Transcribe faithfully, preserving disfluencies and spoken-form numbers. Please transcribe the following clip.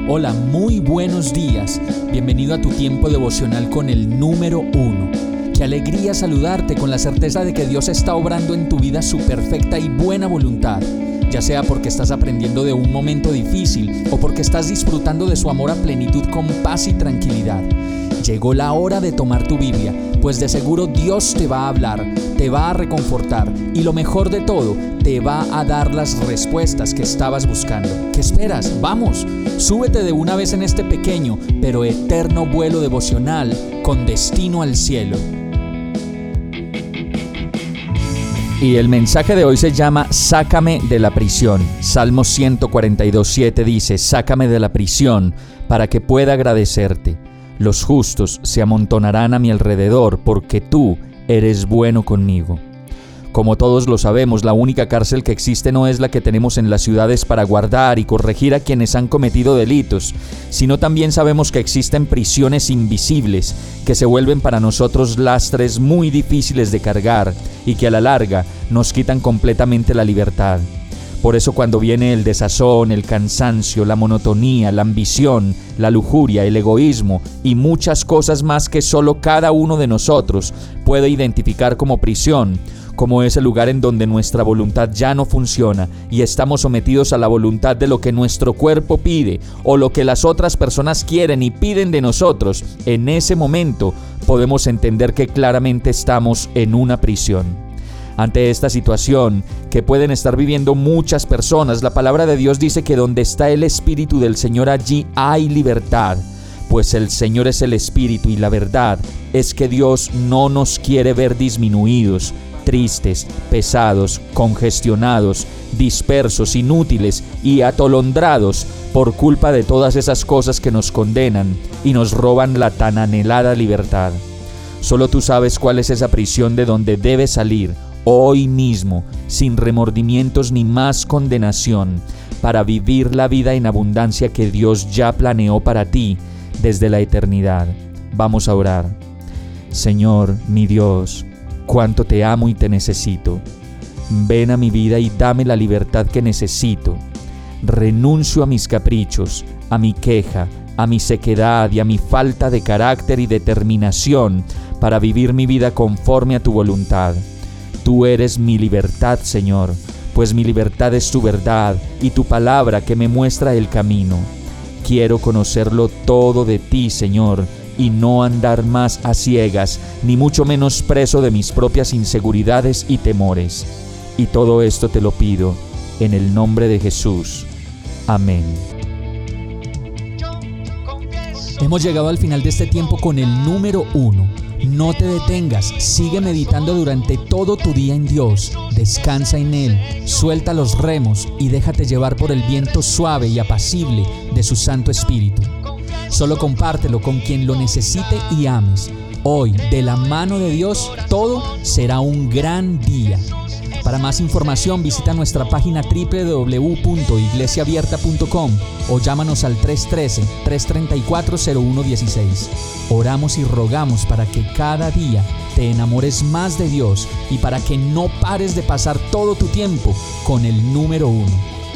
Hola, muy buenos días. Bienvenido a tu tiempo devocional con el número uno. Qué alegría saludarte con la certeza de que Dios está obrando en tu vida su perfecta y buena voluntad, ya sea porque estás aprendiendo de un momento difícil o porque estás disfrutando de su amor a plenitud con paz y tranquilidad. Llegó la hora de tomar tu Biblia, pues de seguro Dios te va a hablar, te va a reconfortar y lo mejor de todo, te va a dar las respuestas que estabas buscando. ¿Qué esperas? ¡Vamos! Súbete de una vez en este pequeño pero eterno vuelo devocional con destino al cielo. Y el mensaje de hoy se llama Sácame de la prisión. Salmo ciento cuarenta y dos, siete dice: Sácame de la prisión para que pueda agradecerte. Los justos se amontonarán a mi alrededor porque tú eres bueno conmigo. Como todos lo sabemos, la única cárcel que existe no es la que tenemos en las ciudades para guardar y corregir a quienes han cometido delitos, sino también sabemos que existen prisiones invisibles que se vuelven para nosotros lastres muy difíciles de cargar y que a la larga nos quitan completamente la libertad. Por eso cuando viene el desazón, el cansancio, la monotonía, la ambición, la lujuria, el egoísmo y muchas cosas más que solo cada uno de nosotros puede identificar como prisión, como ese lugar en donde nuestra voluntad ya no funciona y estamos sometidos a la voluntad de lo que nuestro cuerpo pide o lo que las otras personas quieren y piden de nosotros, en ese momento podemos entender que claramente estamos en una prisión. Ante esta situación que pueden estar viviendo muchas personas, la palabra de Dios dice que donde está el Espíritu del Señor, allí hay libertad. Pues el Señor es el Espíritu y la verdad es que Dios no nos quiere ver disminuidos, tristes, pesados, congestionados, dispersos, inútiles y atolondrados por culpa de todas esas cosas que nos condenan y nos roban la tan anhelada libertad. Solo tú sabes cuál es esa prisión de donde debes salir hoy mismo, sin remordimientos ni más condenación, para vivir la vida en abundancia que Dios ya planeó para ti desde la eternidad. Vamos a orar. Señor, mi Dios, cuánto te amo y te necesito. Ven a mi vida y dame la libertad que necesito. Renuncio a mis caprichos, a mi queja, a mi sequedad y a mi falta de carácter y determinación para vivir mi vida conforme a tu voluntad. Tú eres mi libertad, Señor, pues mi libertad es tu verdad y tu palabra que me muestra el camino. Quiero conocerlo todo de ti, Señor, y no andar más a ciegas, ni mucho menos preso de mis propias inseguridades y temores. Y todo esto te lo pido en el nombre de Jesús. Amén. Hemos llegado al final de este tiempo con el número uno. No te detengas, sigue meditando durante todo tu día en Dios, descansa en Él, suelta los remos y déjate llevar por el viento suave y apacible de su Santo Espíritu. Solo compártelo con quien lo necesite y ames. Hoy, de la mano de Dios, todo será un gran día. Para más información visita nuestra página doble u doble u doble u punto iglesia abierta punto com o llámanos al tres uno tres, tres tres cuatro, cero uno uno seis. Oramos y rogamos para que cada día te enamores más de Dios y para que no pares de pasar todo tu tiempo con el número uno.